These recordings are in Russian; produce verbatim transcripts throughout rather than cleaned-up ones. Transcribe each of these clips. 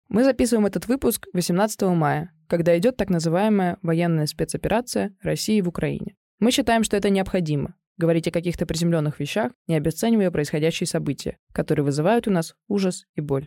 Мы записываем этот выпуск восемнадцатого мая, когда идет так называемая военная спецоперация России в Украине. Мы считаем, что это необходимо — говорить о каких-то приземленных вещах, не обесценивая происходящие события, которые вызывают у нас ужас и боль.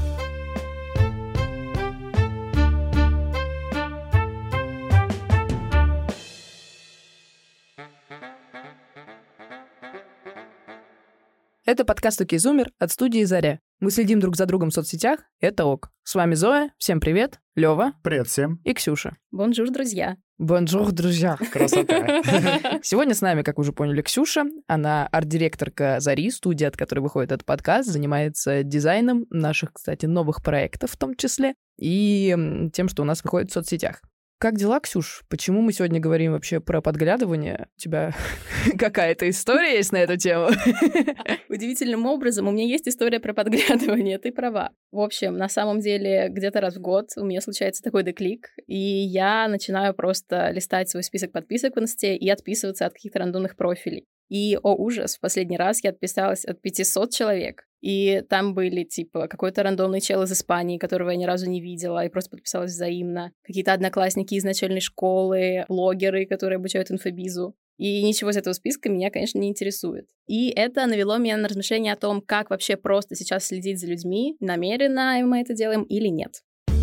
Это подкаст «Окейзумер» от студии «Заря». Мы следим друг за другом в соцсетях, это ок. С вами Зоя, всем привет, Лёва. Привет всем. И Ксюша. Бонжур, друзья. Бонжур, друзья. Красота. Сегодня с нами, как вы уже поняли, Ксюша. Она арт-директорка «Зари», студии, от которой выходит этот подкаст, занимается дизайном наших, кстати, новых проектов в том числе, и тем, что у нас выходит в соцсетях. Как дела, Ксюш? Почему мы сегодня говорим вообще про подглядывание? У тебя какая-то история есть на эту тему? Удивительным образом у меня есть история про подглядывание, ты права. В общем, на самом деле, где-то раз в год у меня случается такой деклик, и я начинаю просто листать свой список подписок в инсте и отписываться от каких-то рандомных профилей. И, о ужас, в последний раз я отписалась от пятисот человек. И там были, типа, какой-то рандомный чел из Испании, которого я ни разу не видела, и просто подписалась взаимно. Какие-то одноклассники из начальной школы, блогеры, которые обучают инфобизу. И ничего из этого списка меня, конечно, не интересует. И это навело меня на размышления о том, как вообще просто сейчас следить за людьми, намеренно мы это делаем или нет.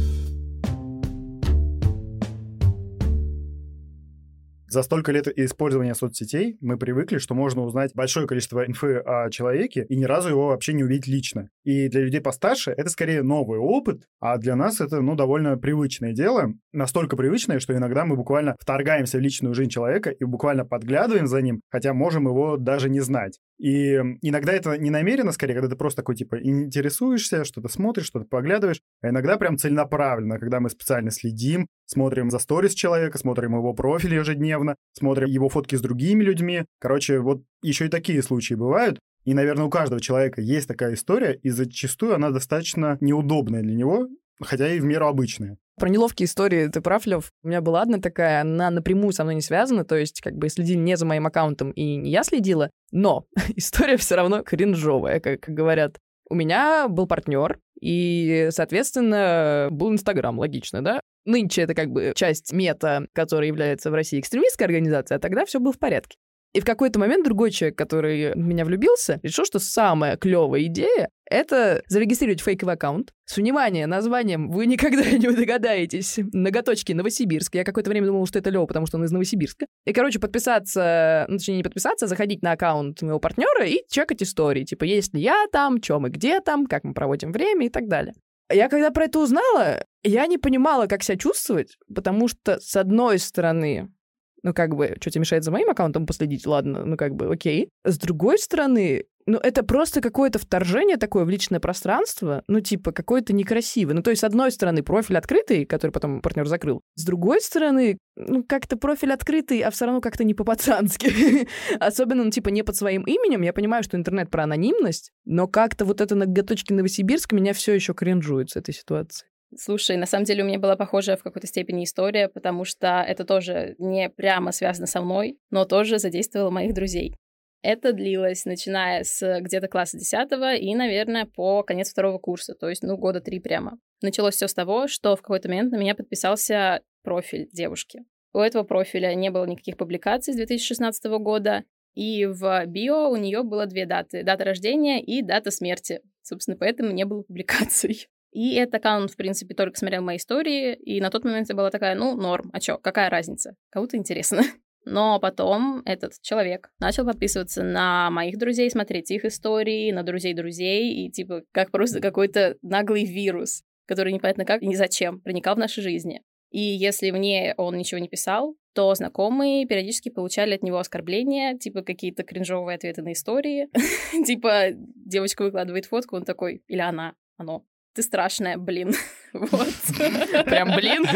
За столько лет использования соцсетей мы привыкли, что можно узнать большое количество инфы о человеке и ни разу его вообще не увидеть лично. И для людей постарше это скорее новый опыт, а для нас это, ну, довольно привычное дело. Настолько привычное, что иногда мы буквально вторгаемся в личную жизнь человека и буквально подглядываем за ним, хотя можем его даже не знать. И иногда это не намеренно, скорее, когда ты просто такой, типа, интересуешься, что-то смотришь, что-то поглядываешь, а иногда прям целенаправленно, когда мы специально следим, смотрим за сторис человека, смотрим его профиль ежедневно, смотрим его фотки с другими людьми. Короче, вот еще и такие случаи бывают. И, наверное, у каждого человека есть такая история, и зачастую она достаточно неудобная для него, хотя и в меру обычная. Про неловкие истории ты прав, Лёв. У меня была одна такая, она напрямую со мной не связана, то есть как бы следили не за моим аккаунтом, и не я следила, но история все равно кринжовая, как говорят. У меня был партнер, и, соответственно, был Инстаграм, логично, да? Нынче это как бы часть мета, которая является в России экстремистской организацией, а тогда все было в порядке. И в какой-то момент другой человек, который в меня влюбился, решил, что самая клевая идея — это зарегистрировать фейковый аккаунт. С внимание, названием вы никогда не догадаетесь. Ноготочки Новосибирск. Я какое-то время думала, что это Лёва, потому что он из Новосибирска. И, короче, подписаться, ну, точнее, не подписаться, а заходить на аккаунт моего партнера и чекать истории. Типа, есть ли я там, чё мы, где там, как мы проводим время и так далее. Я когда про это узнала, я не понимала, как себя чувствовать, потому что, с одной стороны, ну, как бы, что тебе мешает за моим аккаунтом последить? Ладно, ну, как бы, окей. С другой стороны, ну, это просто какое-то вторжение такое в личное пространство, ну, типа, какое-то некрасивое. Ну, то есть, с одной стороны, профиль открытый, который потом партнер закрыл. С другой стороны, ну, как-то профиль открытый, а все равно как-то не по-пацански. Особенно, ну, типа, не под своим именем. Я понимаю, что интернет про анонимность, но как-то вот это ноготочки Новосибирск меня все еще кринжует с этой ситуации. Слушай, на самом деле у меня была похожая в какой-то степени история, потому что это тоже не прямо связано со мной, но тоже задействовало моих друзей. Это длилось, начиная с где-то класса десятого и, наверное, по конец второго курса, то есть, ну, года три прямо. Началось все с того, что в какой-то момент на меня подписался профиль девушки. У этого профиля не было никаких публикаций с две тысячи шестнадцатого года, и в био у нее было две даты — дата рождения и дата смерти. Собственно, поэтому не было публикаций. И этот аккаунт, в принципе, только смотрел мои истории, и на тот момент я была такая, ну, норм, а чё, какая разница? Кому-то интересно. Но потом этот человек начал подписываться на моих друзей, смотреть их истории, на друзей друзей, и типа как просто какой-то наглый вирус, который непонятно как и ни зачем проникал в наши жизни. И если мне он ничего не писал, то знакомые периодически получали от него оскорбления, типа какие-то кринжовые ответы на истории. Типа девочка выкладывает фотку, он такой, или она, оно. Ты страшная, блин. Вот. Прям блин?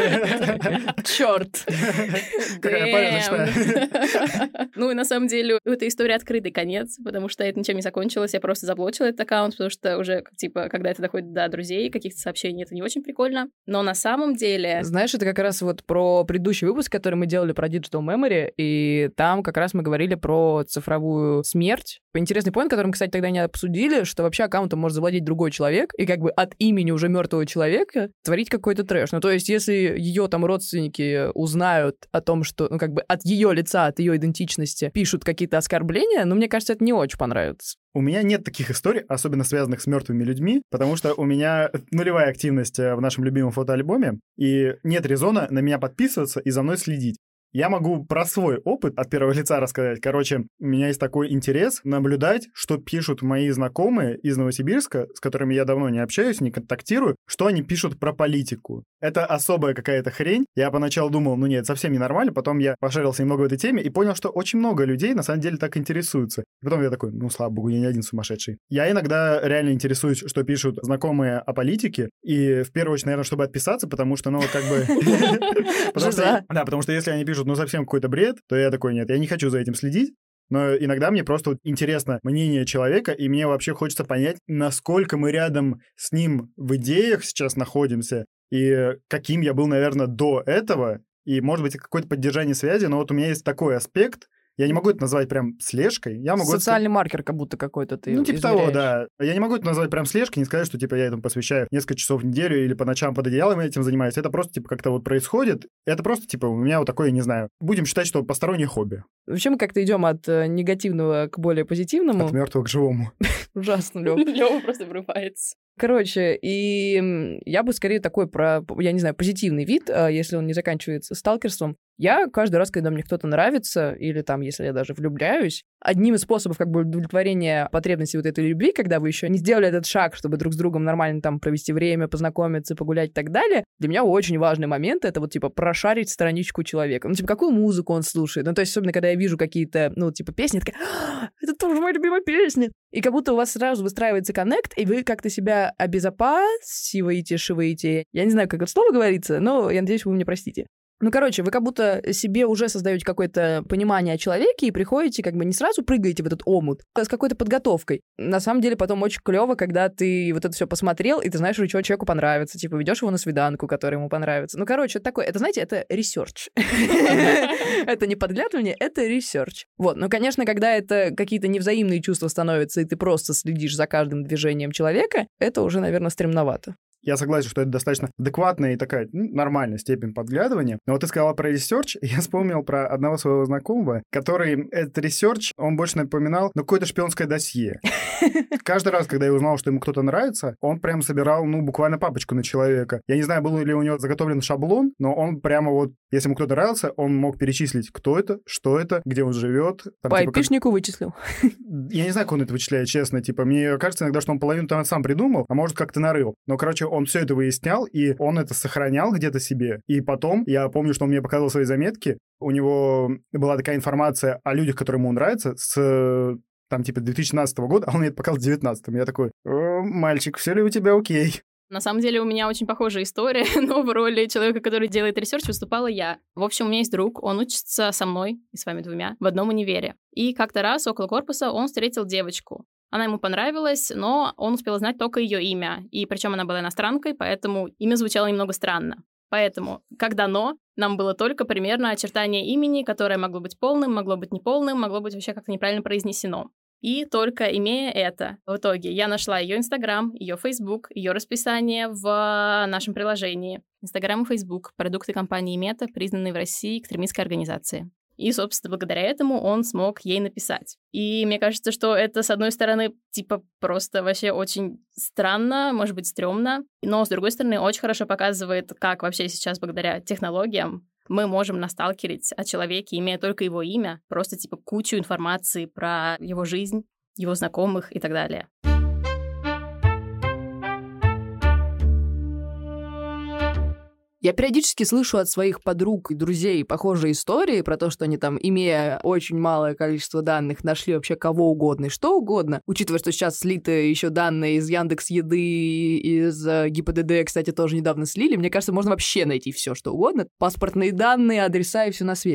Чёрт. Какая порядочная. Ну и на самом деле у этой истории открытый конец, потому что это ничем не закончилось. Я просто заблочила этот аккаунт, потому что уже, типа, когда это доходит до друзей, каких-то сообщений, это не очень прикольно. Но на самом деле... Знаешь, это как раз вот про предыдущий выпуск, который мы делали про Digital Memory, и там как раз мы говорили про цифровую смерть. Интересный поинт, который мы, кстати, тогда не обсудили, что вообще аккаунтом может завладеть другой человек, и как бы от имени имени уже мертвого человека творить какой-то трэш. Ну, то есть, если ее там родственники узнают о том, что, ну, как бы от ее лица, от ее идентичности пишут какие-то оскорбления, ну, мне кажется, это не очень понравится. У меня нет таких историй, особенно связанных с мертвыми людьми, потому что у меня нулевая активность в нашем любимом фотоальбоме, и нет резона на меня подписываться и за мной следить. Я могу про свой опыт от первого лица рассказать. Короче, у меня есть такой интерес наблюдать, что пишут мои знакомые из Новосибирска, с которыми я давно не общаюсь, не контактирую, что они пишут про политику. Это особая какая-то хрень. Я поначалу думал, ну нет, совсем ненормально. Потом я пошарился немного в этой теме и понял, что очень много людей на самом деле так интересуются. И потом я такой, ну, слава богу, я не один сумасшедший. Я иногда реально интересуюсь, что пишут знакомые о политике. И в первую очередь, наверное, чтобы отписаться, потому что, ну, как бы... Да, потому что если они пишут ну, совсем какой-то бред, то я такой, нет, я не хочу за этим следить. Но иногда мне просто вот интересно мнение человека, и мне вообще хочется понять, насколько мы рядом с ним в идеях сейчас находимся, и каким я был, наверное, до этого, и, может быть, какое-то поддержание связи, но вот у меня есть такой аспект. Я не могу это назвать прям слежкой. Я могу Социальный это... маркер как будто какой-то ты Ну, типа измеряешь. того, да. Я не могу это назвать прям слежкой, не сказать, что, типа, я этому посвящаю несколько часов в неделю или по ночам под одеялом этим занимаюсь. Это просто, типа, как-то вот происходит. Это просто, типа, у меня вот такое, не знаю, будем считать, что постороннее хобби. Вообще мы как-то идем от негативного к более позитивному. От мертвого к живому. Ужасно, Лёв. Лёва просто врубается. Короче, и я бы скорее такой про, я не знаю, позитивный вид, если он не заканчивается сталкерством. Я каждый раз, когда мне кто-то нравится, или там, если я даже влюбляюсь, одним из способов как бы удовлетворения потребностей вот этой любви, когда вы еще не сделали этот шаг, чтобы друг с другом нормально там провести время, познакомиться, погулять и так далее, для меня очень важный момент — это вот, типа, прошарить страничку человека. Ну, типа, какую музыку он слушает. Ну, то есть, особенно, когда я вижу какие-то, ну, типа, песни, я такая, а, это тоже моя любимая песня. И как будто у вас сразу выстраивается коннект, и вы как-то себя обезопасиваете, шиваете. Я не знаю, как это слово говорится, но я надеюсь, вы мне простите. Ну, короче, вы как будто себе уже создаете какое-то понимание о человеке и приходите, как бы не сразу прыгаете в этот омут, а с какой-то подготовкой. На самом деле потом очень клево, когда ты вот это все посмотрел, и ты знаешь, что человеку понравится. Типа, ведешь его на свиданку, которая ему понравится. Ну, короче, это такое, это, знаете, это ресерч. Это не подглядывание, это ресерч. Вот, ну, конечно, когда это какие-то невзаимные чувства становятся, и ты просто следишь за каждым движением человека, это уже, наверное, стремновато. Я согласен, что это достаточно адекватная и такая ну, нормальная степень подглядывания. Но вот ты сказала про ресерч, и я вспомнил про одного своего знакомого, который этот ресерч, он больше напоминал ну, какое-то шпионское досье. Каждый раз, когда я узнал, что ему кто-то нравится, он прям собирал, ну, буквально папочку на человека. Я не знаю, был ли у него заготовлен шаблон, но он прямо вот, если ему кто-то нравился, он мог перечислить, кто это, что это, где он живет. Там, По типа, айпишнику как... вычислил. Я не знаю, как он это вычисляет, честно. Типа, мне кажется иногда, что он половину там сам придумал, а может, как-то нарыл. Но, короче, он все это выяснял, и он это сохранял где-то себе. И потом, я помню, что он мне показывал свои заметки, у него была такая информация о людях, которые ему нравятся, с там типа две тысячи двенадцатого года, а он мне это показал в две тысячи девятнадцатом. Я такой, мальчик, все ли у тебя окей? На самом деле у меня очень похожая история, но в роли человека, который делает ресерч, выступала я. В общем, у меня есть друг, он учится со мной и с вами двумя в одном универе. И как-то раз около корпуса он встретил девочку. Она ему понравилась, но он успел знать только ее имя. И причем она была иностранкой, поэтому имя звучало немного странно. Поэтому, как дано, нам было только примерно очертание имени, которое могло быть полным, могло быть неполным, могло быть вообще как-то неправильно произнесено. И только имея это, в итоге я нашла ее Инстаграм, ее Фейсбук, ее расписание в нашем приложении. Инстаграм и Фейсбук — продукты компании Мета, признанные в России экстремистской организацией. И, собственно, благодаря этому он смог ей написать. И мне кажется, что это, с одной стороны, типа, просто вообще очень странно, может быть, стрёмно, но, с другой стороны, очень хорошо показывает, как вообще сейчас, благодаря технологиям, мы можем насталкерить о человеке, имея только его имя, просто, типа, кучу информации про его жизнь, его знакомых и так далее. Я периодически слышу от своих подруг и друзей похожие истории про то, что они там, имея очень малое количество данных, нашли вообще кого угодно и что угодно. Учитывая, что сейчас слиты еще данные из Яндекс.Еды, из ГИБДД, кстати, тоже недавно слили, мне кажется, можно вообще найти все, что угодно. Паспортные данные, адреса и все на свете.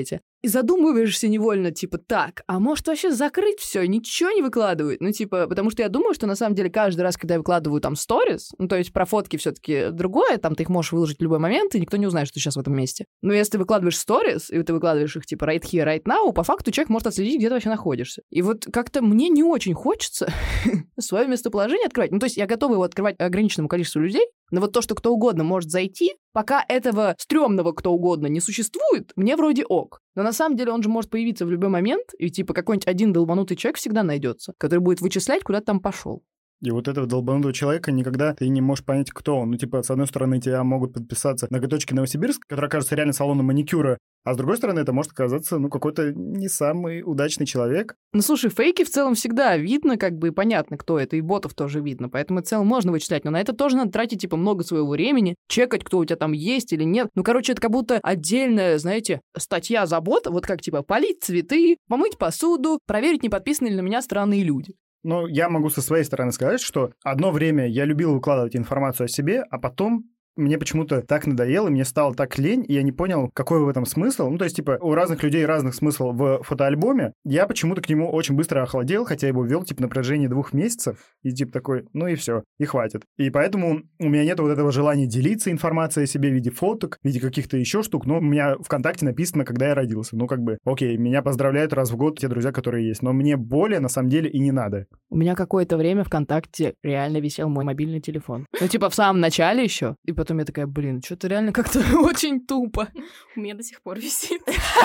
И задумываешься невольно, типа, так, а может вообще закрыть все, ничего не выкладывают? Ну, типа, потому что я думаю, что на самом деле каждый раз, когда я выкладываю там сторис, ну, то есть про фотки все-таки другое, там ты их можешь выложить в любой момент, и никто не узнает, что ты сейчас в этом месте. Но если ты выкладываешь сторис, и ты выкладываешь их типа right here, right now, по факту человек может отследить, где ты вообще находишься. И вот как-то мне не очень хочется свое местоположение открывать. Ну, то есть я готова его открывать ограниченному количеству людей, но вот то, что кто угодно может зайти, пока этого стрёмного кто угодно не существует, мне вроде ок. Но на самом деле он же может появиться в любой момент, и типа какой-нибудь один долбанутый человек всегда найдется, который будет вычислять, куда ты там пошел. И вот этого долбанутого человека никогда ты не можешь понять, кто он. Ну, типа, с одной стороны, тебя могут подписаться «Ноготочки Новосибирск», который окажется реально салоном маникюра, а с другой стороны, это может оказаться, ну, какой-то не самый удачный человек. Ну, слушай, фейки в целом всегда видно, как бы, и понятно, кто это, и ботов тоже видно, поэтому в целом можно вычислять, но на это тоже надо тратить, типа, много своего времени, чекать, кто у тебя там есть или нет. Ну, короче, это как будто отдельная, знаете, статья забота, вот как, типа, полить цветы, помыть посуду, проверить, не подписаны ли на меня странные люди. Ну, я могу со своей стороны сказать, что одно время я любил выкладывать информацию о себе, а потом мне почему-то так надоело, мне стало так лень, и я не понял, какой в этом смысл. Ну, то есть, типа, у разных людей разных смысл в фотоальбоме. Я почему-то к нему очень быстро охладел, хотя его вел, типа, на протяжении двух месяцев, и, типа, такой, ну и все, и хватит. И поэтому у меня нет вот этого желания делиться информацией о себе в виде фоток, в виде каких-то еще штук, но у меня ВКонтакте написано, когда я родился. Ну, как бы, окей, меня поздравляют раз в год те друзья, которые есть, но мне более, на самом деле, и не надо. У меня какое-то время ВКонтакте реально висел мой мобильный телефон. Ну, типа, в самом начале еще, и потом я такая, блин, что-то реально как-то очень тупо. У меня до сих пор висит.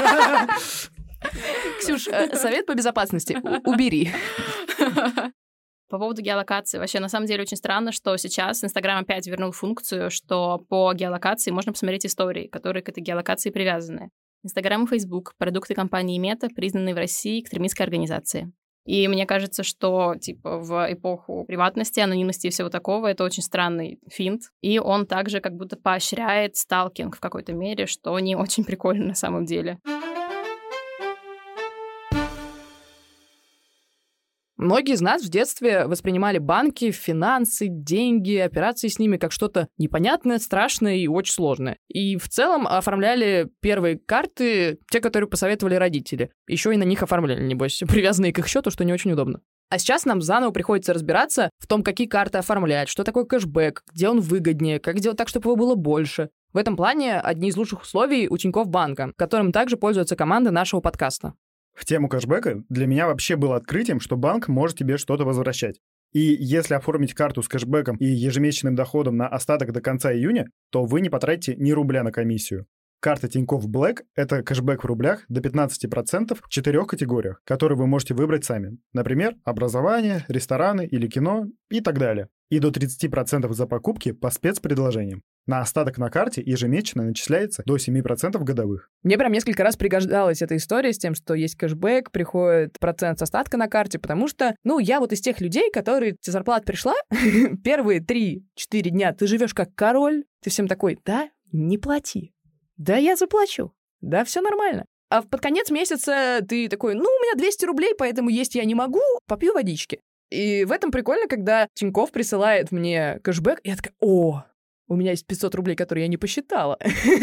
Ксюш, совет по безопасности убери. По поводу геолокации. Вообще, на самом деле, очень странно, что сейчас Инстаграм опять вернул функцию, что по геолокации можно посмотреть истории, которые к этой геолокации привязаны. Инстаграм и Фейсбук — продукты компании Мета, признанные в России экстремистской организацией. И мне кажется, что, типа, в эпоху приватности, анонимности и всего такого, это очень странный финт. И он также как будто поощряет сталкинг в какой-то мере, что не очень прикольно на самом деле. Многие из нас в детстве воспринимали банки, финансы, деньги, операции с ними как что-то непонятное, страшное и очень сложное. И в целом оформляли первые карты те, которые посоветовали родители. Еще и на них оформляли, небось, привязанные к их счету, что не очень удобно. А сейчас нам заново приходится разбираться в том, какие карты оформлять, что такое кэшбэк, где он выгоднее, как сделать так, чтобы его было больше. В этом плане одни из лучших условий у Тинькофф Банка, которым также пользуется команда нашего подкаста. В тему кэшбэка для меня вообще было открытием, что банк может тебе что-то возвращать. И если оформить карту с кэшбэком и ежемесячным доходом на остаток до конца июня, то вы не потратите ни рубля на комиссию. Карта Тинькофф Black — это кэшбэк в рублях до пятнадцать процентов в четырех категориях, которые вы можете выбрать сами. Например, образование, рестораны или кино и так далее. И до тридцать процентов за покупки по спецпредложениям. На остаток на карте ежемесячно начисляется до семь процентов годовых. Мне прям несколько раз пригождалась эта история с тем, что есть кэшбэк, приходит процент с остатка на карте, потому что, ну, я вот из тех людей, которые, тебе зарплата пришла, первые три-четыре дня ты живешь как король, ты всем такой, да, не плати, да, я заплачу, да, все нормально. А под конец месяца ты такой, ну, у меня двести рублей, поэтому есть я не могу, попью водички. И в этом прикольно, когда Тинькофф присылает мне кэшбэк, и я такая, о, у меня есть пятьсот рублей, которые я не посчитала.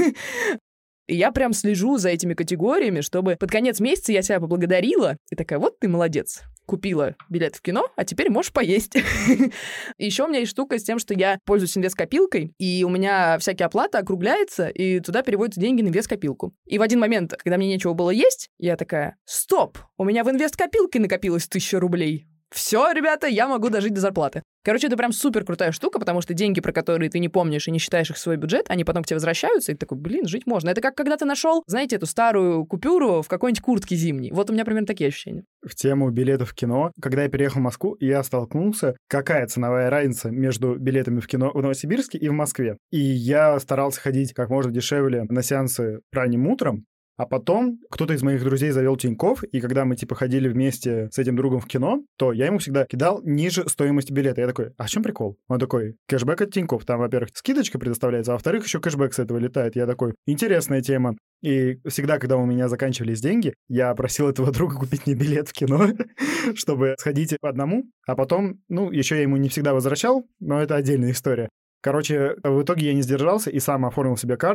И я прям слежу за этими категориями, чтобы под конец месяца я себя поблагодарила. И такая, вот ты молодец. Купила билет в кино, а теперь можешь поесть. Еще у меня есть штука с тем, что я пользуюсь инвесткопилкой, и у меня всякие оплаты округляются, и туда переводятся деньги на инвесткопилку. И в один момент, когда мне нечего было есть, я такая, стоп, у меня в инвесткопилке накопилось тысяча рублей. Все, ребята, я могу дожить до зарплаты. Короче, это прям супер крутая штука, потому что деньги, про которые ты не помнишь и не считаешь их в свой бюджет, они потом к тебе возвращаются, и ты такой, блин, жить можно. Это как когда ты нашел, знаете, эту старую купюру в какой-нибудь куртке зимней. Вот у меня примерно такие ощущения. В тему билетов в кино, когда я переехал в Москву, я столкнулся, какая ценовая разница между билетами в кино в Новосибирске и в Москве. И я старался ходить как можно дешевле на сеансы ранним утром. А потом кто-то из моих друзей завел Тинькофф, и когда мы, типа, ходили вместе с этим другом в кино, то я ему всегда кидал ниже стоимости билета. Я такой, а в чем прикол? Он такой, кэшбэк от Тинькофф. Там, во-первых, скидочка предоставляется, а во-вторых, еще кэшбэк с этого летает. Я такой, интересная тема. И всегда, когда у меня заканчивались деньги, я просил этого друга купить мне билет в кино, чтобы сходить по одному. А потом, ну, еще я ему не всегда возвращал, но это отдельная история. Короче, в итоге я не сдержался и сам оформил себе карту.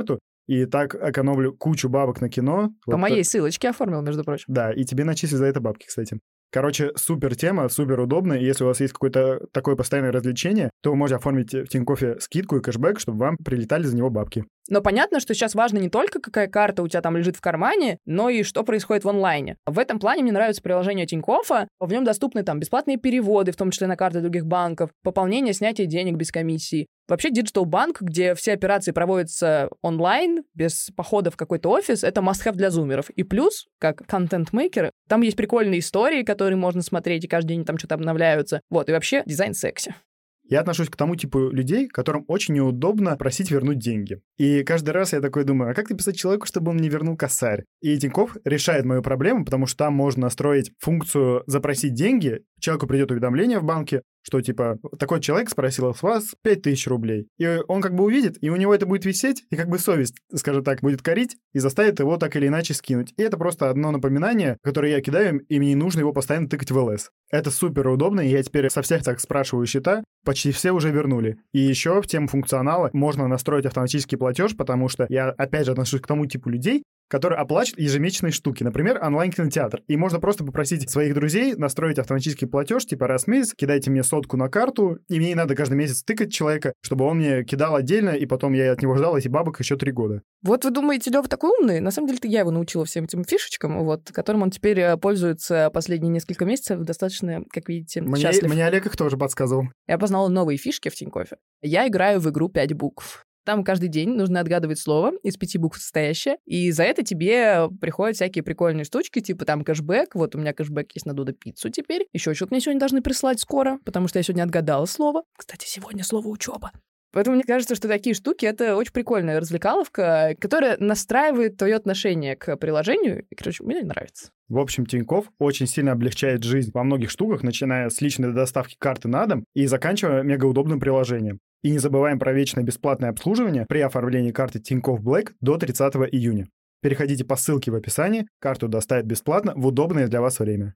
и так экономлю кучу бабок на кино. По вот моей так. ссылочке оформил, между прочим. Да, и тебе начислят за это бабки, кстати. Короче, супер тема, супер удобно, и если у вас есть какое-то такое постоянное развлечение, то вы можете оформить в Тинькоффе скидку и кэшбэк, чтобы вам прилетали за него бабки. Но понятно, что сейчас важно не только, какая карта у тебя там лежит в кармане, но и что происходит в онлайне. В этом плане мне нравится приложение Тинькоффа. В нем доступны там бесплатные переводы, в том числе на карты других банков, пополнение, снятие денег без комиссии. Вообще, диджитал-банк, где все операции проводятся онлайн, без похода в какой-то офис, это must-have для зумеров. И плюс, как контент-мейкеры, там есть прикольные истории, которые можно смотреть, и каждый день там что-то обновляются. Вот, и вообще дизайн секси. Я отношусь к тому типу людей, которым очень неудобно просить вернуть деньги. И каждый раз я такой думаю, а как написать человеку, чтобы он мне вернул косарь? И Тинькофф решает мою проблему, потому что там можно настроить функцию «запросить деньги». Человеку придет уведомление в банке, что типа такой человек спросил с вас пять тысяч рублей. И он как бы увидит, и у него это будет висеть, и как бы совесть, скажем так, будет корить и заставит его так или иначе скинуть. И это просто одно напоминание, которое я кидаю, и мне не нужно его постоянно тыкать в эл эс. Это супер удобно, и я теперь со всех так спрашиваю счета, почти все уже вернули. И еще в тему функционала можно настроить автоматический платеж, потому что я опять же отношусь к тому типу людей, которые оплачивают ежемесячные штуки, например, онлайн-кинотеатр. И можно просто попросить своих друзей настроить автоматический платеж, типа раз в месяц, кидайте мне сотку на карту, и мне не надо каждый месяц тыкать человека, чтобы он мне кидал отдельно, и потом я от него ждал эти бабок еще три года. Вот вы думаете, Лёва такой умный? На самом деле, я его научила всем этим фишечкам, вот, которым он теперь пользуется последние несколько месяцев, достаточно, как видите, мне, счастлив. Мне Олег их тоже подсказывал. Я познала новые фишки в Тинькоффе. Я играю в игру пять букв. Там каждый день нужно отгадывать слово из пяти букв состоящее, и за это тебе приходят всякие прикольные штучки, типа там кэшбэк, вот у меня кэшбэк есть на Додо пиццу теперь, еще что-то мне сегодня должны прислать скоро, потому что я сегодня отгадала слово. Кстати, сегодня слово «учеба». Поэтому мне кажется, что такие штуки — это очень прикольная развлекаловка, которая настраивает твое отношение к приложению, и, короче, мне нравится. В общем, Тинькофф очень сильно облегчает жизнь во многих штуках, начиная с личной доставки карты на дом и заканчивая мегаудобным приложением. И не забываем про вечное бесплатное обслуживание при оформлении карты Тинькофф Black до тридцатого июня. Переходите по ссылке в описании, карту доставят бесплатно в удобное для вас время.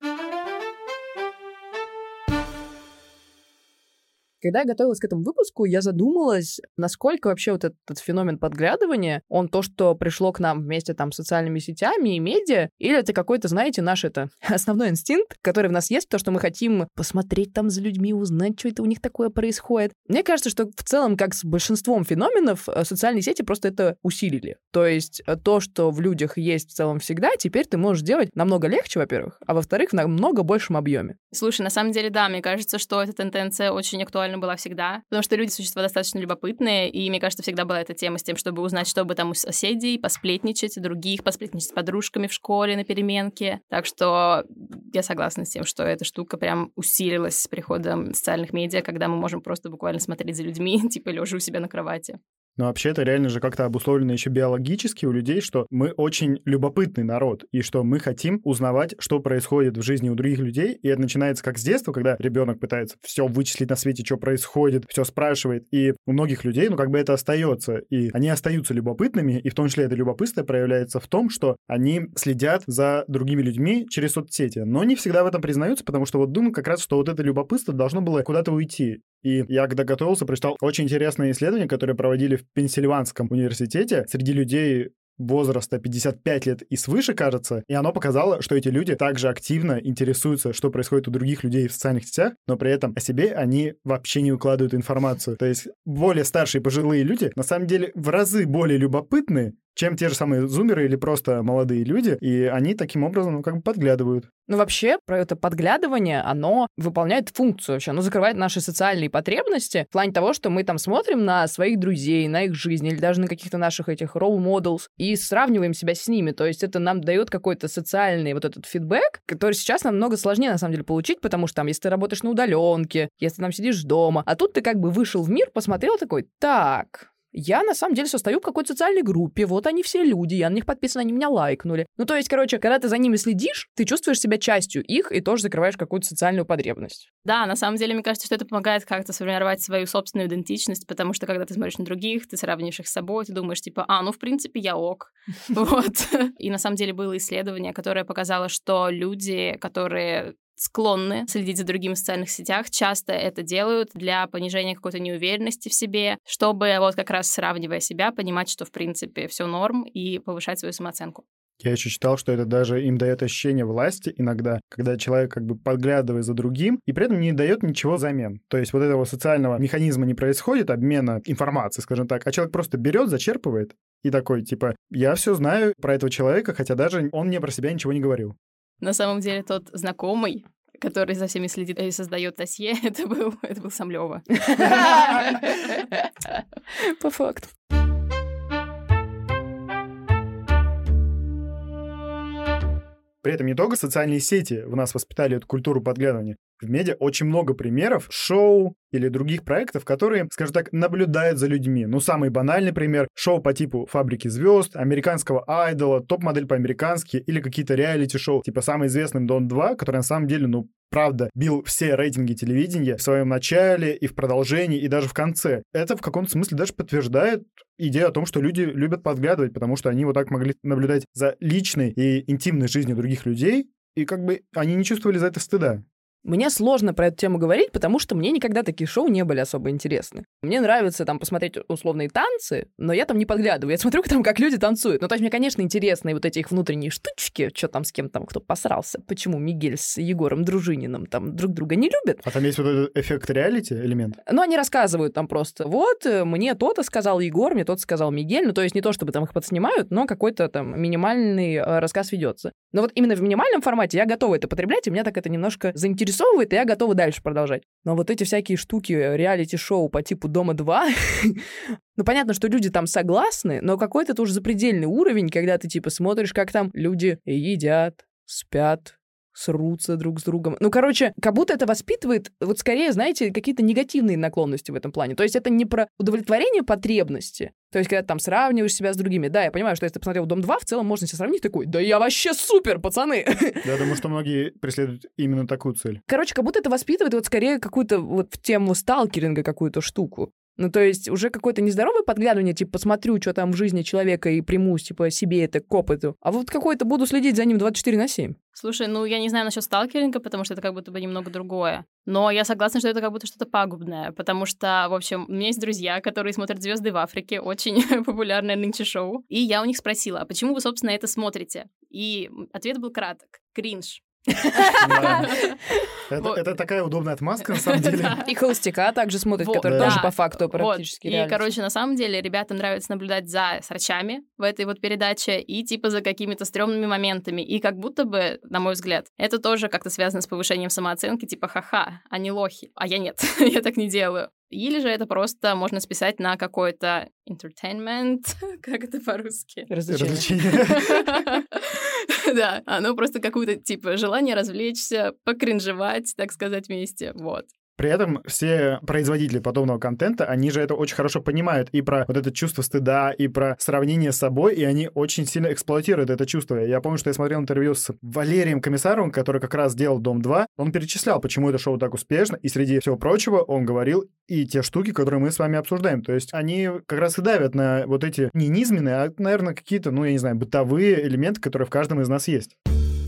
Когда я готовилась к этому выпуску, я задумалась, насколько вообще вот этот, этот феномен подглядывания, он то, что пришло к нам вместе там с социальными сетями и медиа, или это какой-то, знаете, наш это основной инстинкт, который в нас есть, то, что мы хотим посмотреть там за людьми, узнать, что это у них такое происходит. Мне кажется, что в целом, как с большинством феноменов, социальные сети просто это усилили. То есть то, что в людях есть в целом всегда, теперь ты можешь делать намного легче, во-первых, а во-вторых, в намного большем объеме. Слушай, на самом деле, да, мне кажется, что эта тенденция очень актуальна была всегда, потому что люди — существа достаточно любопытные, и, мне кажется, всегда была эта тема с тем, чтобы узнать, что бы там у соседей, посплетничать, других, посплетничать с подружками в школе на переменке. Так что я согласна с тем, что эта штука прям усилилась с приходом социальных медиа, когда мы можем просто буквально смотреть за людьми, типа лежа у себя на кровати. Но вообще это реально же как-то обусловлено еще биологически у людей, что мы очень любопытный народ, и что мы хотим узнавать, что происходит в жизни у других людей, и это начинается как с детства, когда ребенок пытается все вычислить на свете, что происходит, все спрашивает, и у многих людей, ну, как бы это остается, и они остаются любопытными, и в том числе это любопытство проявляется в том, что они следят за другими людьми через соцсети, но не всегда в этом признаются, потому что вот думаю как раз, что вот это любопытство должно было куда-то уйти. И я, когда готовился, прочитал очень интересное исследование, которое проводили в Пенсильванском университете среди людей возраста пятьдесят пять лет и свыше, кажется, и оно показало, что эти люди также активно интересуются, что происходит у других людей в социальных сетях, но при этом о себе они вообще не укладывают информацию. То есть более старшие пожилые люди на самом деле в разы более любопытны, чем те же самые зумеры или просто молодые люди, и они таким образом, ну, как бы подглядывают. Ну, вообще, про это подглядывание, оно выполняет функцию вообще, оно закрывает наши социальные потребности в плане того, что мы там смотрим на своих друзей, на их жизнь, или даже на каких-то наших этих role models, и сравниваем себя с ними, то есть это нам дает какой-то социальный вот этот фидбэк, который сейчас намного сложнее, на самом деле, получить, потому что там, если ты работаешь на удаленке, если ты там сидишь дома, а тут ты как бы вышел в мир, посмотрел такой, так... Я, на самом деле, состою в какой-то социальной группе, вот они все люди, я на них подписана, они меня лайкнули. Ну, то есть, короче, когда ты за ними следишь, ты чувствуешь себя частью их и тоже закрываешь какую-то социальную потребность. Да, на самом деле, мне кажется, что это помогает как-то сформировать свою собственную идентичность, потому что, когда ты смотришь на других, ты сравниваешь их с собой, ты думаешь, типа, а, ну, в принципе, я ок. Вот. И, на самом деле, было исследование, которое показало, что люди, которые склонны следить за другими в социальных сетях, часто это делают для понижения какой-то неуверенности в себе, чтобы вот как раз сравнивая себя, понимать, что в принципе все норм, и повышать свою самооценку. Я еще читал, что это даже им дает ощущение власти иногда, когда человек как бы подглядывает за другим и при этом не дает ничего взамен. То есть вот этого социального механизма не происходит, обмена информацией, скажем так, а человек просто берет, зачерпывает и такой, типа, я все знаю про этого человека, хотя даже он мне про себя ничего не говорил. На самом деле тот знакомый, который за всеми следит и создает досье, это был, это был сам Лёва. По факту. При этом не только социальные сети в нас воспитали эту культуру подглядывания. В медиа очень много примеров шоу или других проектов, которые, скажем так, наблюдают за людьми. Ну, самый банальный пример — шоу по типу «Фабрики звезд», «Американского айдола», «Топ-модель по-американски» или какие-то реалити-шоу, типа самый известный «Дом два», который на самом деле, ну, правда, бил все рейтинги телевидения в своем начале и в продолжении, и даже в конце. Это в каком-то смысле даже подтверждает идею о том, что люди любят подглядывать, потому что они вот так могли наблюдать за личной и интимной жизнью других людей, и как бы они не чувствовали за это стыда. Мне сложно про эту тему говорить, потому что мне никогда такие шоу не были особо интересны. Мне нравится там посмотреть условные танцы, но я там не подглядываю. Я смотрю там, как люди танцуют. Ну, то есть мне, конечно, интересны вот эти их внутренние штучки, что там с кем там, кто посрался, почему Мигель с Егором Дружининым там друг друга не любят. А там есть вот этот эффект реалити элемент? Ну, они рассказывают там просто, вот, мне то-то сказал Егор, мне то-то сказал Мигель. Ну, то есть не то, чтобы там их подснимают, но какой-то там минимальный э, рассказ ведется. Но вот именно в минимальном формате я готова это потреблять, и меня так это немножко заинтересовывает, и я готова дальше продолжать. Но вот эти всякие штуки, реалити-шоу по типу «Дома два», ну, понятно, что люди там согласны, но какой-то тоже запредельный уровень, когда ты, типа, смотришь, как там люди едят, спят, срутся друг с другом. Ну, короче, как будто это воспитывает, вот скорее, знаете, какие-то негативные наклонности в этом плане. То есть это не про удовлетворение потребности. То есть когда ты там сравниваешь себя с другими. Да, я понимаю, что если ты посмотрел «Дом два», в целом можно себя сравнить, такой, да я вообще супер, пацаны! Я думаю, что многие преследуют именно такую цель. Короче, как будто это воспитывает вот скорее какую-то вот в тему сталкеринга какую-то штуку. Ну, то есть уже какое-то нездоровое подглядывание, типа, посмотрю, что там в жизни человека и примусь, типа, себе это к опыту. А вот какое-то буду следить за ним двадцать четыре на семь. Слушай, ну, я не знаю насчет сталкеринга, потому что это как будто бы немного другое. Но я согласна, что это как будто что-то пагубное, потому что, в общем, у меня есть друзья, которые смотрят «Звезды в Африке», очень популярное нынче шоу, и я у них спросила, а почему вы, собственно, это смотрите? И ответ был краток. Кринж. Это, это такая удобная отмазка, на самом деле. И «Холостяка» также смотрят, Вот, который да. тоже по факту практически Вот. реалити. И, короче, на самом деле ребятам нравится наблюдать за срачами в этой вот передаче и типа за какими-то стрёмными моментами. И как будто бы, на мой взгляд, это тоже как-то связано с повышением самооценки, типа ха-ха, они лохи. А я нет, я так не делаю. Или же это просто можно списать на какой-то entertainment, как это по-русски? Развлечение. Да, оно просто какое-то, типа, желание развлечься, покринжевать, так сказать, вместе, вот. При этом все производители подобного контента, они же это очень хорошо понимают и про вот это чувство стыда, и про сравнение с собой, и они очень сильно эксплуатируют это чувство. Я помню, что я смотрел интервью с Валерием Комиссаровым, который как раз делал «Дом два». Он перечислял, почему это шоу так успешно, и среди всего прочего он говорил и те штуки, которые мы с вами обсуждаем. То есть они как раз и давят на вот эти не низменные, а, наверное, какие-то, ну, я не знаю, бытовые элементы, которые в каждом из нас есть.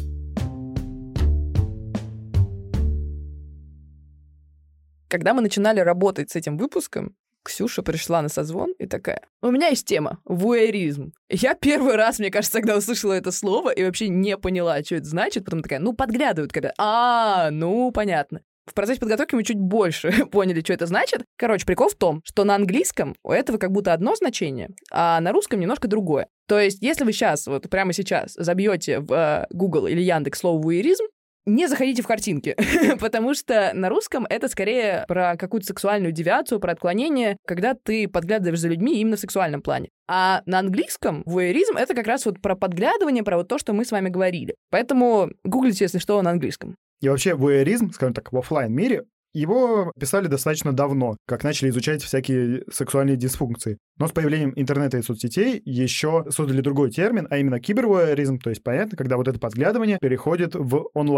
Когда мы начинали работать с этим выпуском, Ксюша пришла на созвон и такая, у меня есть тема — вуэризм. Я первый раз, мне кажется, когда услышала это слово и вообще не поняла, что это значит, потом такая, ну, подглядывают, когда, а, ну, понятно. В процессе подготовки мы чуть больше поняли, что это значит. Короче, прикол в том, что на английском у этого как будто одно значение, а на русском немножко другое. То есть, если вы сейчас, вот прямо сейчас, забьете в Google или Яндекс слово «вуэризм», не заходите в картинки, потому что на русском это скорее про какую-то сексуальную девиацию, про отклонение, когда ты подглядываешь за людьми именно в сексуальном плане. А на английском вуэризм — это как раз вот про подглядывание, про вот то, что мы с вами говорили. Поэтому гуглите, если что, на английском. И вообще вуэризм, скажем так, в офлайн мире его писали достаточно давно, как начали изучать всякие сексуальные дисфункции. Но с появлением интернета и соцсетей еще создали другой термин, а именно кибервуэризм, то есть, понятно, когда вот это подглядывание переходит в онлайн.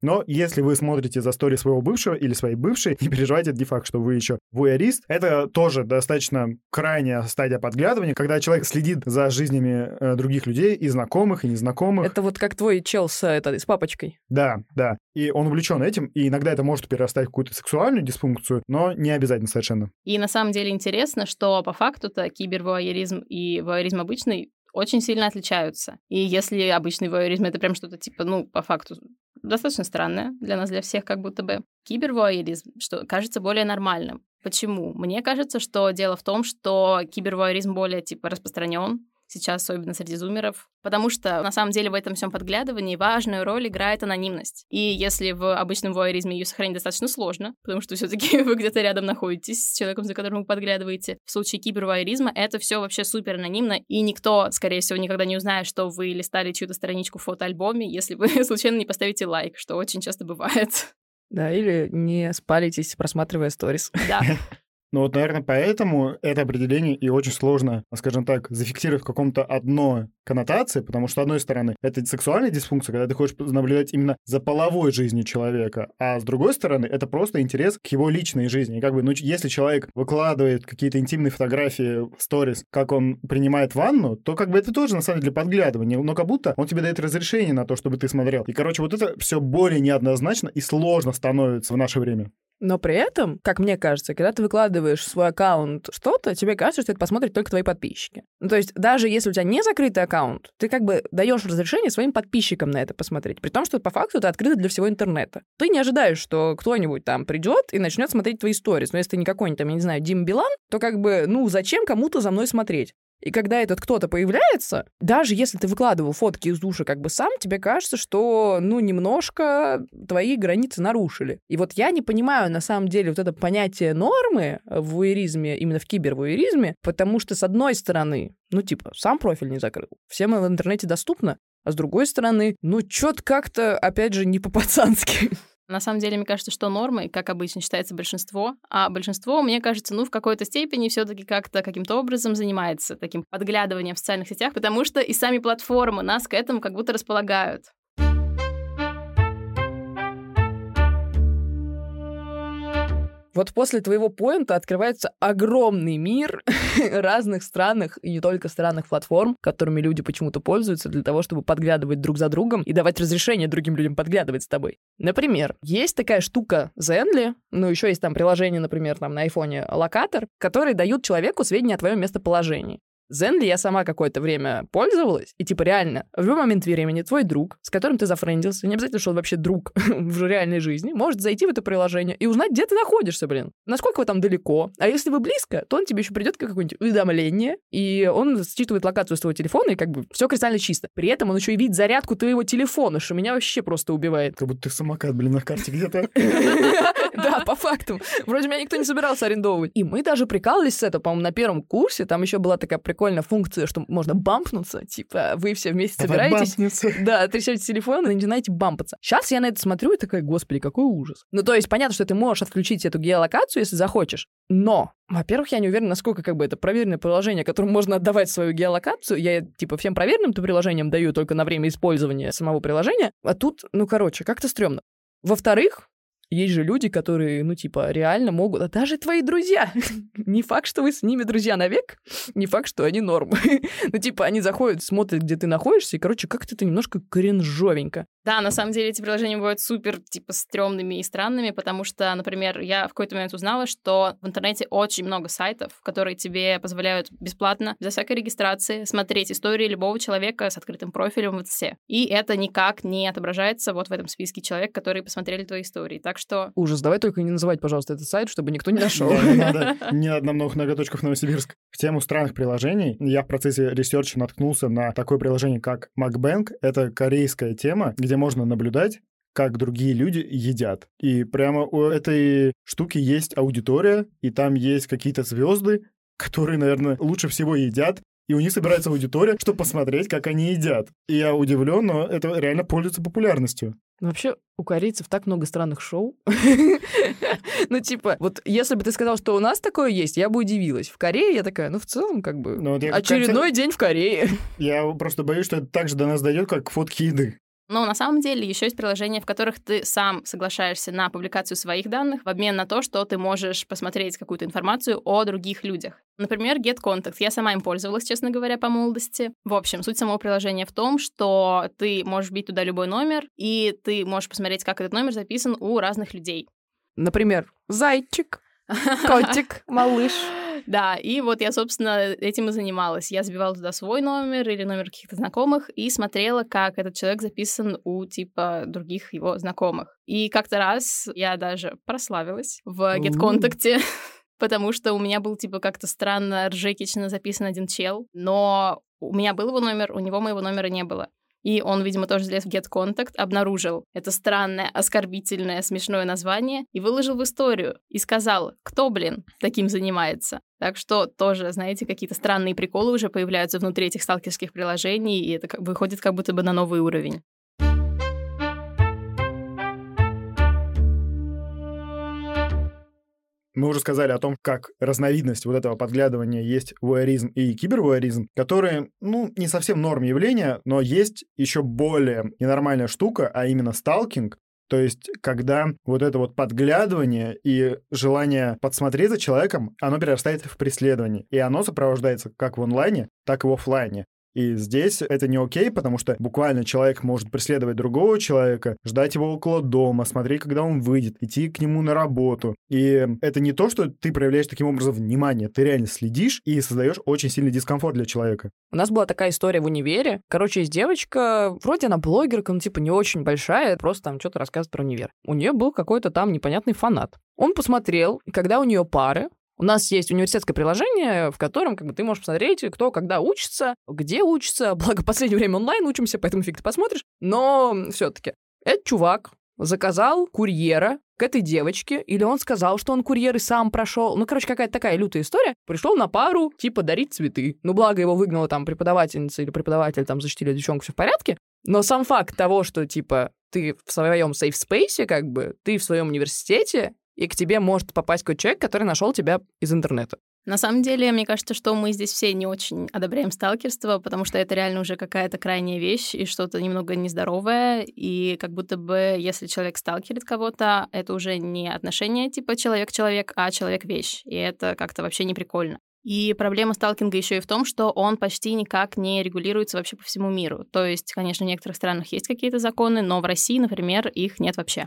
Но если вы смотрите за стори своего бывшего или своей бывшей, не переживайте, это не факт, что вы еще вуайерист. Это тоже достаточно крайняя стадия подглядывания, когда человек следит за жизнями э, других людей, и знакомых, и незнакомых. Это вот как твой чел с, это, с папочкой. Да, да. И он увлечен этим, и иногда это может перерастать в какую-то сексуальную дисфункцию, но не обязательно совершенно. И на самом деле интересно, что по факту-то кибервуайеризм и вуайеризм обычный очень сильно отличаются. И если обычный вуайеризм — это прям что-то типа, ну, по факту, достаточно странное для нас, для всех как будто бы, кибервуайеризм, что кажется более нормальным. Почему? Мне кажется, что дело в том, что кибервуайеризм более, типа, распространен сейчас, особенно среди зумеров, потому что, на самом деле, в этом всем подглядывании важную роль играет анонимность. И если в обычном вуайеризме ее сохранить достаточно сложно, потому что все-таки вы где-то рядом находитесь с человеком, за которым вы подглядываете, в случае кибервуайеризма это все вообще супер анонимно, и никто, скорее всего, никогда не узнает, что вы листали чью-то страничку в фотоальбоме, если вы случайно не поставите лайк, что очень часто бывает. Да, или не спалитесь, просматривая сторис. Да. Ну вот, наверное, поэтому это определение и очень сложно, скажем так, зафиксировать в каком-то одной коннотации, потому что, с одной стороны, это сексуальная дисфункция, когда ты хочешь наблюдать именно за половой жизнью человека, а с другой стороны, это просто интерес к его личной жизни. И как бы, ну, если человек выкладывает какие-то интимные фотографии в сторис, как он принимает ванну, то как бы это тоже, на самом деле, для подглядывания, но как будто он тебе дает разрешение на то, чтобы ты смотрел. И, короче, вот это все более неоднозначно и сложно становится в наше время. Но при этом, как мне кажется, когда ты выкладываешь в свой аккаунт что-то, тебе кажется, что это посмотрят только твои подписчики. Ну, то есть даже если у тебя не закрытый аккаунт, ты как бы даешь разрешение своим подписчикам на это посмотреть, при том, что по факту это открыто для всего интернета. Ты не ожидаешь, что кто-нибудь там придет и начнет смотреть твои сторис. Но если ты не какой-нибудь там, я не знаю, Дим Билан, то как бы, ну, зачем кому-то за мной смотреть? И когда этот кто-то появляется, даже если ты выкладывал фотки из душа как бы сам, тебе кажется, что, ну, немножко твои границы нарушили. И вот я не понимаю, на самом деле, вот это понятие нормы в вуайеризме, именно в кибервуайеризме, потому что, с одной стороны, ну, типа, сам профиль не закрыл, всем в интернете доступно, а с другой стороны, ну, чё-то как-то, опять же, не по-пацански. На самом деле, мне кажется, что нормой, как обычно, считается большинство, а большинство, мне кажется, ну, в какой-то степени все-таки как-то каким-то образом занимается таким подглядыванием в социальных сетях, потому что и сами платформы нас к этому как будто располагают. Вот после твоего поинта открывается огромный мир разных странных и не только странных платформ, которыми люди почему-то пользуются для того, чтобы подглядывать друг за другом и давать разрешение другим людям подглядывать с тобой. Например, есть такая штука Zenly, ну еще есть там приложение, например, там на айфоне локатор, которые дают человеку сведения о твоем местоположении. Zenly я сама какое-то время пользовалась, и типа реально, в любой момент времени твой друг, с которым ты зафрендился, не обязательно, что он вообще друг в реальной жизни, может зайти в это приложение и узнать, где ты находишься, блин. Насколько вы там далеко. А если вы близко, то он тебе еще придет как какое-нибудь уведомление, и он считывает локацию с твоего телефона, и как бы все кристально чисто. При этом он еще и видит зарядку твоего телефона, что меня вообще просто убивает. Как будто ты самокат, блин, на карте где-то. Да, по факту. Вроде меня никто не собирался арендовывать. И мы даже прикалывались с этого, по-моему, на первом курсе. Там еще была такая прикольная функция, что можно бампнуться. Типа, вы все вместе собираетесь. Да, трясете телефон и начинаете бампаться. Сейчас я на это смотрю и такая, господи, какой ужас. Ну, то есть, понятно, что ты можешь отключить эту геолокацию, если захочешь. Но, во-первых, я не уверена, насколько как бы это проверенное приложение, которому можно отдавать свою геолокацию. Я, типа, всем проверенным-то приложениям даю только на время использования самого приложения. А тут, ну, короче, как-то стрёмно. Во-вторых, есть же люди, которые, ну, типа, реально могут... А даже твои друзья. Не факт, что вы с ними друзья навек, не факт, что они норм. Ну, типа, они заходят, смотрят, где ты находишься, и, короче, как-то это немножко кринжовенько. Да, на самом деле эти приложения бывают супер, типа, стрёмными и странными, потому что, например, я в какой-то момент узнала, что в интернете очень много сайтов, которые тебе позволяют бесплатно, без всякой регистрации, смотреть истории любого человека с открытым профилем в ВЦ. И это никак не отображается вот в этом списке человек, которые посмотрели твои истории. Так что... Ужас, давай только не называть, пожалуйста, этот сайт, чтобы никто не нашел. Да, не надо. Не на многих ноготочков Новосибирск. В тему странных приложений я в процессе ресерча наткнулся на такое приложение, как Макбэнк. Это корейская тема, где можно наблюдать, как другие люди едят. И прямо у этой штуки есть аудитория, и там есть какие-то звезды, которые, наверное, лучше всего едят, и у них собирается аудитория, чтобы посмотреть, как они едят. И я удивлен, но это реально пользуется популярностью. Вообще, у корейцев так много странных шоу. Ну, типа, вот если бы ты сказал, что у нас такое есть, я бы удивилась. В Корее я такая, ну, в целом, как бы, очередной день в Корее. Я просто боюсь, что это так же до нас дойдет, как фотки еды. Но на самом деле еще есть приложения, в которых ты сам соглашаешься на публикацию своих данных в обмен на то, что ты можешь посмотреть какую-то информацию о других людях. Например, GetContact. Я сама им пользовалась, честно говоря, по молодости. В общем, суть самого приложения в том, что ты можешь вбить туда любой номер, и ты можешь посмотреть, как этот номер записан у разных людей. Например, зайчик, котик, малыш. Да, и вот я, собственно, этим и занималась. Я забивала туда свой номер или номер каких-то знакомых и смотрела, как этот человек записан у, типа, других его знакомых. И как-то раз я даже прославилась в GetContact, потому что у меня был, типа, как-то странно ржекично записан один чел, но у меня был его номер, у него моего номера не было. И он, видимо, тоже залез в GetContact, обнаружил это странное, оскорбительное, смешное название и выложил в историю. И сказал, кто, блин, таким занимается. Так что тоже, знаете, какие-то странные приколы уже появляются внутри этих сталкерских приложений, и это выходит как будто бы на новый уровень. Мы уже сказали о том, как разновидность вот этого подглядывания есть вуайеризм и кибервуайеризм, которые, ну, не совсем норм явления, но есть еще более ненормальная штука, а именно сталкинг. То есть, когда вот это вот подглядывание и желание подсмотреть за человеком, оно перерастает в преследование. И оно сопровождается как в онлайне, так и в офлайне. И здесь это не окей, потому что буквально человек может преследовать другого человека, ждать его около дома, смотреть, когда он выйдет, идти к нему на работу. И это не то, что ты проявляешь таким образом внимание, ты реально следишь и создаешь очень сильный дискомфорт для человека. У нас была такая история в универе. Короче, есть девочка, вроде она блогерка, но типа не очень большая, просто там что-то рассказывает про универ. У нее был какой-то там непонятный фанат. Он посмотрел, и когда у нее пары, у нас есть университетское приложение, в котором как бы, ты можешь посмотреть, кто когда учится, где учится. Благо, в последнее время онлайн учимся, поэтому фиг ты посмотришь. Но все-таки этот чувак заказал курьера к этой девочке, или он сказал, что он курьер и сам прошел. Ну, короче, какая-то такая лютая история. Пришел на пару, типа, дарить цветы. Ну, благо, его выгнала там преподавательница или преподаватель, там, защитили девчонку, все в порядке. Но сам факт того, что, типа, ты в своем сейф-спейсе, как бы, ты в своем университете, и к тебе может попасть какой-то человек, который нашел тебя из интернета. На самом деле, мне кажется, что мы здесь все не очень одобряем сталкерство, потому что это реально уже какая-то крайняя вещь и что-то немного нездоровое, и как будто бы, если человек сталкерит кого-то, это уже не отношение типа человек-человек, а человек-вещь, и это как-то вообще не прикольно. И проблема сталкинга еще и в том, что он почти никак не регулируется вообще по всему миру. То есть, конечно, в некоторых странах есть какие-то законы, но в России, например, их нет вообще.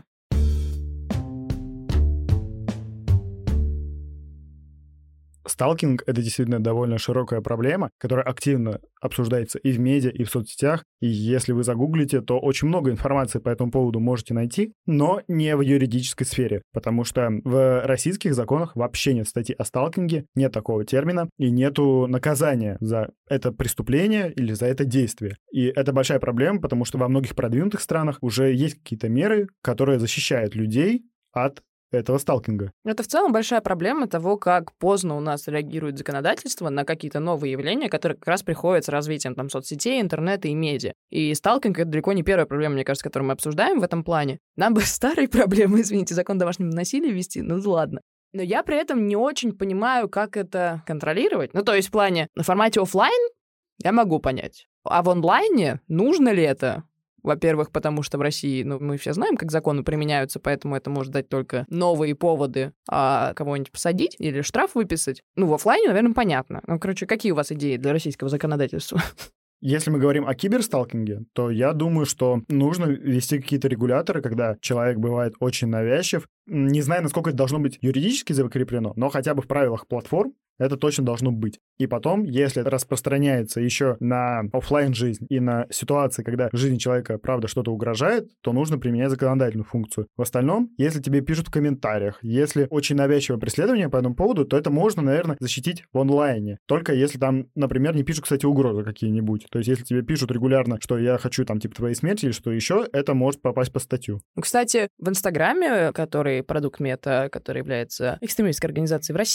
Сталкинг — это действительно довольно широкая проблема, которая активно обсуждается и в медиа, и в соцсетях. И если вы загуглите, то очень много информации по этому поводу можете найти, но не в юридической сфере, потому что в российских законах вообще нет статьи о сталкинге, нет такого термина, и нету наказания за это преступление или за это действие. И это большая проблема, потому что во многих продвинутых странах уже есть какие-то меры, которые защищают людей от этого сталкинга. Это в целом большая проблема того, как поздно у нас реагирует законодательство на какие-то новые явления, которые как раз приходят с развитием там, соцсетей, интернета и медиа. И сталкинг — это далеко не первая проблема, мне кажется, которую мы обсуждаем в этом плане. Нам бы старые проблемы, извините, закон о домашнем насилии ввести, ну ладно. Но я при этом не очень понимаю, как это контролировать. Ну, то есть в плане, на формате офлайн я могу понять. А в онлайне нужно ли это? Во-первых, потому что в России, ну, мы все знаем, как законы применяются, поэтому это может дать только новые поводы а кого-нибудь посадить или штраф выписать. Ну, в офлайне, наверное, понятно. Ну, короче, какие у вас идеи для российского законодательства? Если мы говорим о киберсталкинге, то я думаю, что нужно ввести какие-то регуляторы, когда человек бывает очень навязчив. Не знаю, насколько это должно быть юридически закреплено, но хотя бы в правилах платформ это точно должно быть. И потом, если это распространяется еще на офлайн жизнь и на ситуации, когда жизни человека, правда, что-то угрожает, то нужно применять законодательную функцию. В остальном, если тебе пишут в комментариях, если очень навязчивое преследование по этому поводу, то это можно, наверное, защитить в онлайне. Только если там, например, не пишут, кстати, угрозы какие-нибудь. То есть, если тебе пишут регулярно, что я хочу там типа твоей смерти или что еще, это может попасть по статью. Кстати, в Инстаграме, который продукт Мета, который является экстремистской организацией в России,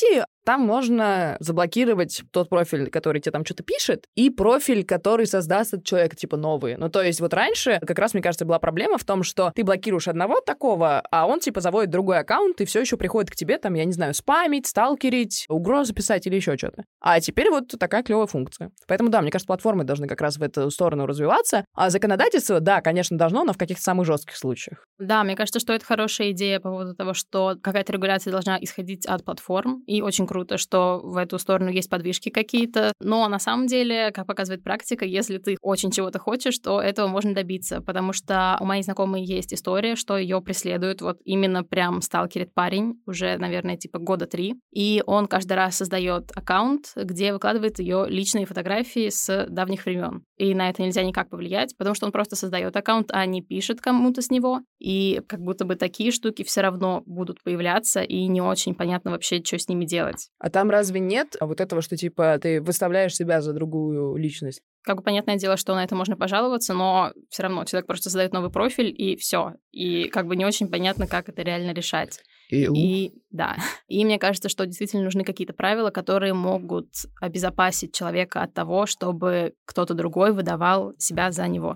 там можно заблокировать тот профиль, который тебе там что-то пишет, и профиль, который создаст этот человек, типа, новый. Ну, то есть вот раньше как раз, мне кажется, была проблема в том, что ты блокируешь одного такого, а он, типа, заводит другой аккаунт и все еще приходит к тебе, там, я не знаю, спамить, сталкерить, угрозы писать или еще что-то. А теперь вот такая клевая функция. Поэтому, да, мне кажется, платформы должны как раз в эту сторону развиваться. А законодательство, да, конечно, должно, но в каких-то самых жестких случаях. Да, мне кажется, что это хорошая идея по поводу того, что какая-то регуляция должна исходить от платформ, и очень круто, что в эту сторону есть подвижки какие-то. Но на самом деле, как показывает практика, если ты очень чего-то хочешь, то этого можно добиться, потому что у моей знакомой есть история, что ее преследует, вот именно прям сталкерит парень уже, наверное, типа года три, и он каждый раз создает аккаунт, где выкладывает ее личные фотографии с давних времен. И на это нельзя никак повлиять, потому что он просто создает аккаунт, а не пишет кому-то с него, и как будто бы такие штуки все равно будут появляться, и не очень понятно вообще, что с ними делать. А там разве нет вот этого, что, типа, ты выставляешь себя за другую личность? Как бы понятное дело, что на это можно пожаловаться, но все равно человек просто создает новый профиль, и все. И как бы не очень понятно, как это реально решать. И, и да. И мне кажется, что действительно нужны какие-то правила, которые могут обезопасить человека от того, чтобы кто-то другой выдавал себя за него.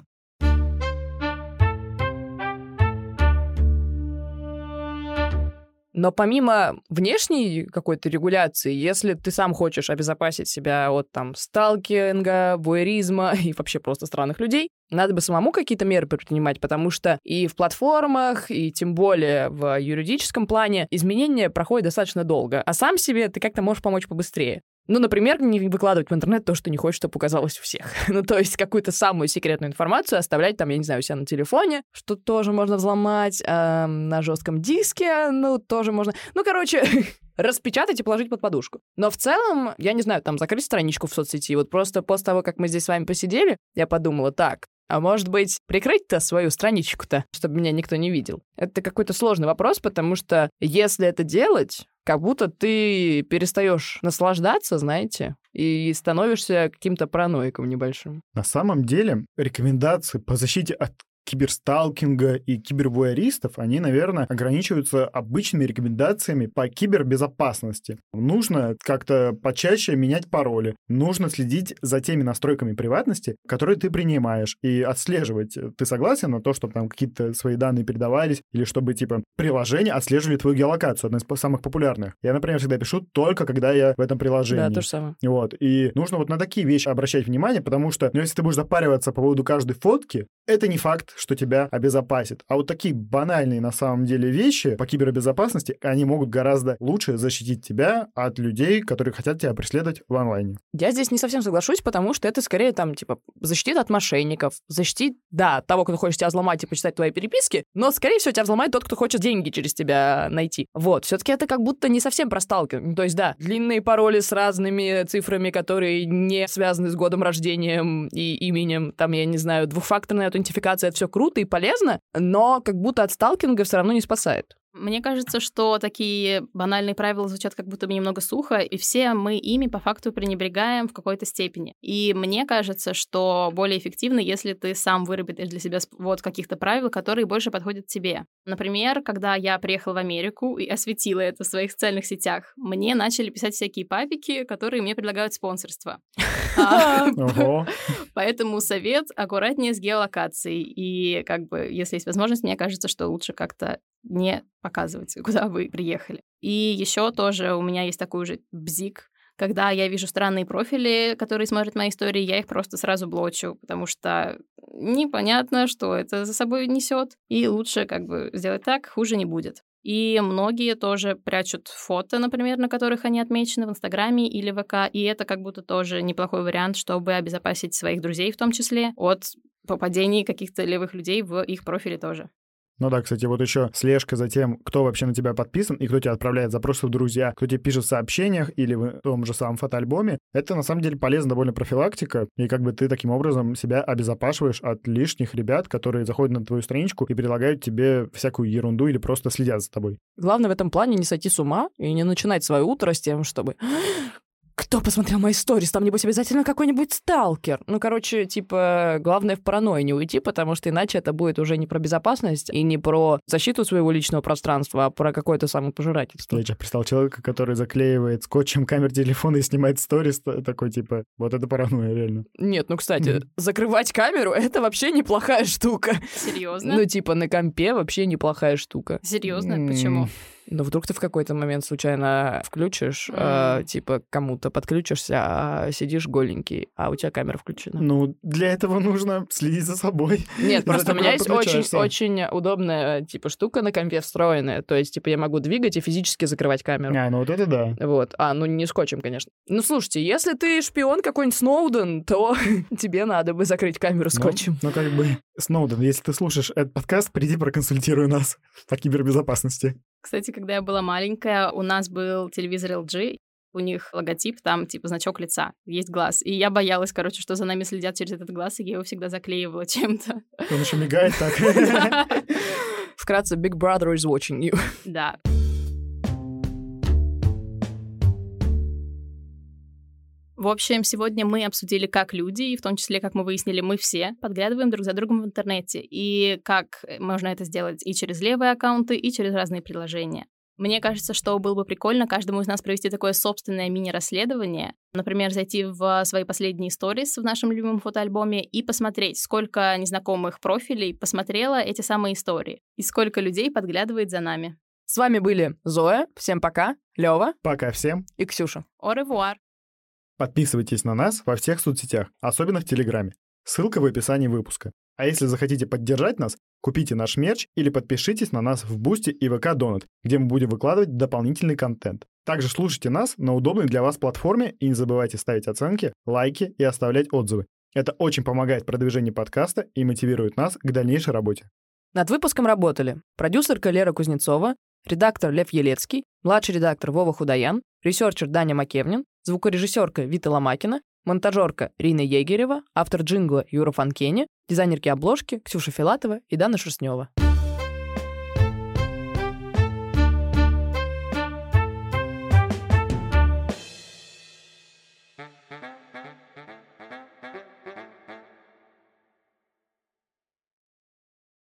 Но помимо внешней какой-то регуляции, если ты сам хочешь обезопасить себя от там сталкинга, вуэризма и вообще просто странных людей, надо бы самому какие-то меры предпринимать, потому что и в платформах, и тем более в юридическом плане изменения проходят достаточно долго, а сам себе ты как-то можешь помочь побыстрее. Ну, например, не выкладывать в интернет то, что не хочешь, чтобы показалось у всех. Ну, то есть какую-то самую секретную информацию оставлять там, я не знаю, у себя на телефоне, что тоже можно взломать, а на жестком диске, ну, тоже можно... Ну, короче, распечатать и положить под подушку. Но в целом, я не знаю, там, закрыть страничку в соцсети. Вот просто после того, как мы здесь с вами посидели, я подумала, так, а может быть, прикрыть-то свою страничку-то, чтобы меня никто не видел? Это какой-то сложный вопрос, потому что если это делать, как будто ты перестаешь наслаждаться, знаете, и становишься каким-то параноиком небольшим. На самом деле, рекомендации по защите от киберсталкинга и кибервуэристов, они, наверное, ограничиваются обычными рекомендациями по кибербезопасности. Нужно как-то почаще менять пароли, нужно следить за теми настройками приватности, которые ты принимаешь, и отслеживать. Ты согласен на то, чтобы там какие-то свои данные передавались, или чтобы, типа, приложения отслеживали твою геолокацию, одна из самых популярных. Я, например, всегда пишу только когда я в этом приложении. Да, то же самое. Вот. И нужно вот на такие вещи обращать внимание, потому что, ну, если ты будешь запариваться по поводу каждой фотки, это не факт, что тебя обезопасит. А вот такие банальные на самом деле вещи по кибербезопасности, они могут гораздо лучше защитить тебя от людей, которые хотят тебя преследовать в онлайне. Я здесь не совсем соглашусь, потому что это скорее там, типа, защитит от мошенников, защитит, да, от того, кто хочет тебя взломать и почитать твои переписки, но, скорее всего, тебя взломает тот, кто хочет деньги через тебя найти. Вот, все-таки это как будто не совсем про сталкинг. То есть, да, длинные пароли с разными цифрами, которые не связаны с годом рождения и именем, там, я не знаю, двухфакторная аутентификация, это все круто и полезно, но как будто от сталкинга все равно не спасает. Мне кажется, что такие банальные правила звучат как будто бы немного сухо, и все мы ими по факту пренебрегаем в какой-то степени. И мне кажется, что более эффективно, если ты сам выработаешь для себя вот каких-то правил, которые больше подходят тебе. Например, когда я приехала в Америку и осветила это в своих социальных сетях, мне начали писать всякие папики, которые мне предлагают спонсорство. Поэтому совет аккуратнее с геолокацией. И как бы, если есть возможность, мне кажется, что лучше как-то не показывать, куда вы приехали. И еще тоже у меня есть такой же бзик. Когда я вижу странные профили, которые смотрят мои истории, я их просто сразу блочу, потому что непонятно, что это за собой несет. И лучше как бы сделать так, хуже не будет. И многие тоже прячут фото, например, на которых они отмечены в Инстаграме или ВК, и это как будто тоже неплохой вариант, чтобы обезопасить своих друзей в том числе от попадений каких-то левых людей в их профили тоже. Ну да, кстати, вот еще слежка за тем, кто вообще на тебя подписан и кто тебе отправляет запросы в друзья, кто тебе пишет в сообщениях или в том же самом фотоальбоме. Это на самом деле полезна довольно профилактика, и как бы ты таким образом себя обезопашиваешь от лишних ребят, которые заходят на твою страничку и предлагают тебе всякую ерунду или просто следят за тобой. Главное в этом плане не сойти с ума и не начинать свое утро с тем, чтобы... кто посмотрел мои сторис? Там, небось, обязательно какой-нибудь сталкер. Ну, короче, типа, главное в паранойю не уйти, потому что иначе это будет уже не про безопасность и не про защиту своего личного пространства, а про какое-то самопожирательство. Я сейчас представил человека, который заклеивает скотчем камеру телефона и снимает сторис, такой, типа, вот это паранойя, реально. Нет, ну, кстати, закрывать камеру — это вообще неплохая штука. Серьезно? Ну, типа, на компе вообще неплохая штука. Серьезно? Почему? Ну, вдруг ты в какой-то момент случайно включишь, Mm. э, типа, кому-то подключишься, а сидишь голенький, а у тебя камера включена. Ну, для этого нужно следить за собой. Нет, За просто у тобой меня есть очень, подключаешься. очень удобная, типа, штука на компе встроенная. То есть, типа, я могу двигать и физически закрывать камеру. А, ну вот это да. Вот. А, ну не скотчем, конечно. Ну, слушайте, если ты шпион какой-нибудь Сноуден, то тебе надо бы закрыть камеру скотчем. Ну, ну, как бы, Сноуден, если ты слушаешь этот подкаст, приди проконсультируй нас по кибербезопасности. Кстати, когда я была маленькая, у нас был телевизор эл джи, у них логотип, там типа значок лица, есть глаз. И я боялась, короче, что за нами следят через этот глаз, и я его всегда заклеивала чем-то. Он еще мигает так. Вкратце, Big Brother is watching you. Да. В общем, сегодня мы обсудили, как люди, и в том числе, как мы выяснили, мы все подглядываем друг за другом в интернете, и как можно это сделать и через левые аккаунты, и через разные приложения. Мне кажется, что было бы прикольно каждому из нас провести такое собственное мини-расследование, например, зайти в свои последние сторис в нашем любимом фотоальбоме и посмотреть, сколько незнакомых профилей посмотрело эти самые истории, и сколько людей подглядывает за нами. С вами были Зоя, всем пока, Лёва Пока всем. и Ксюша. Au revoir! Подписывайтесь на нас во всех соцсетях, особенно в Телеграме. Ссылка в описании выпуска. А если захотите поддержать нас, купите наш мерч или подпишитесь на нас в Бусти и вэ ка Донат, где мы будем выкладывать дополнительный контент. Также слушайте нас на удобной для вас платформе и не забывайте ставить оценки, лайки и оставлять отзывы. Это очень помогает продвижению подкаста и мотивирует нас к дальнейшей работе. Над выпуском работали продюсерка Лера Кузнецова, редактор Лев Елецкий, младший редактор Вова Худоян, ресерчер Даня Макевнин, звукорежиссерка Вита Ломакина, монтажерка Рина Егерева, автор джингла Юра Фанкени, дизайнерки обложки Ксюша Филатова и Дана Шерстнева.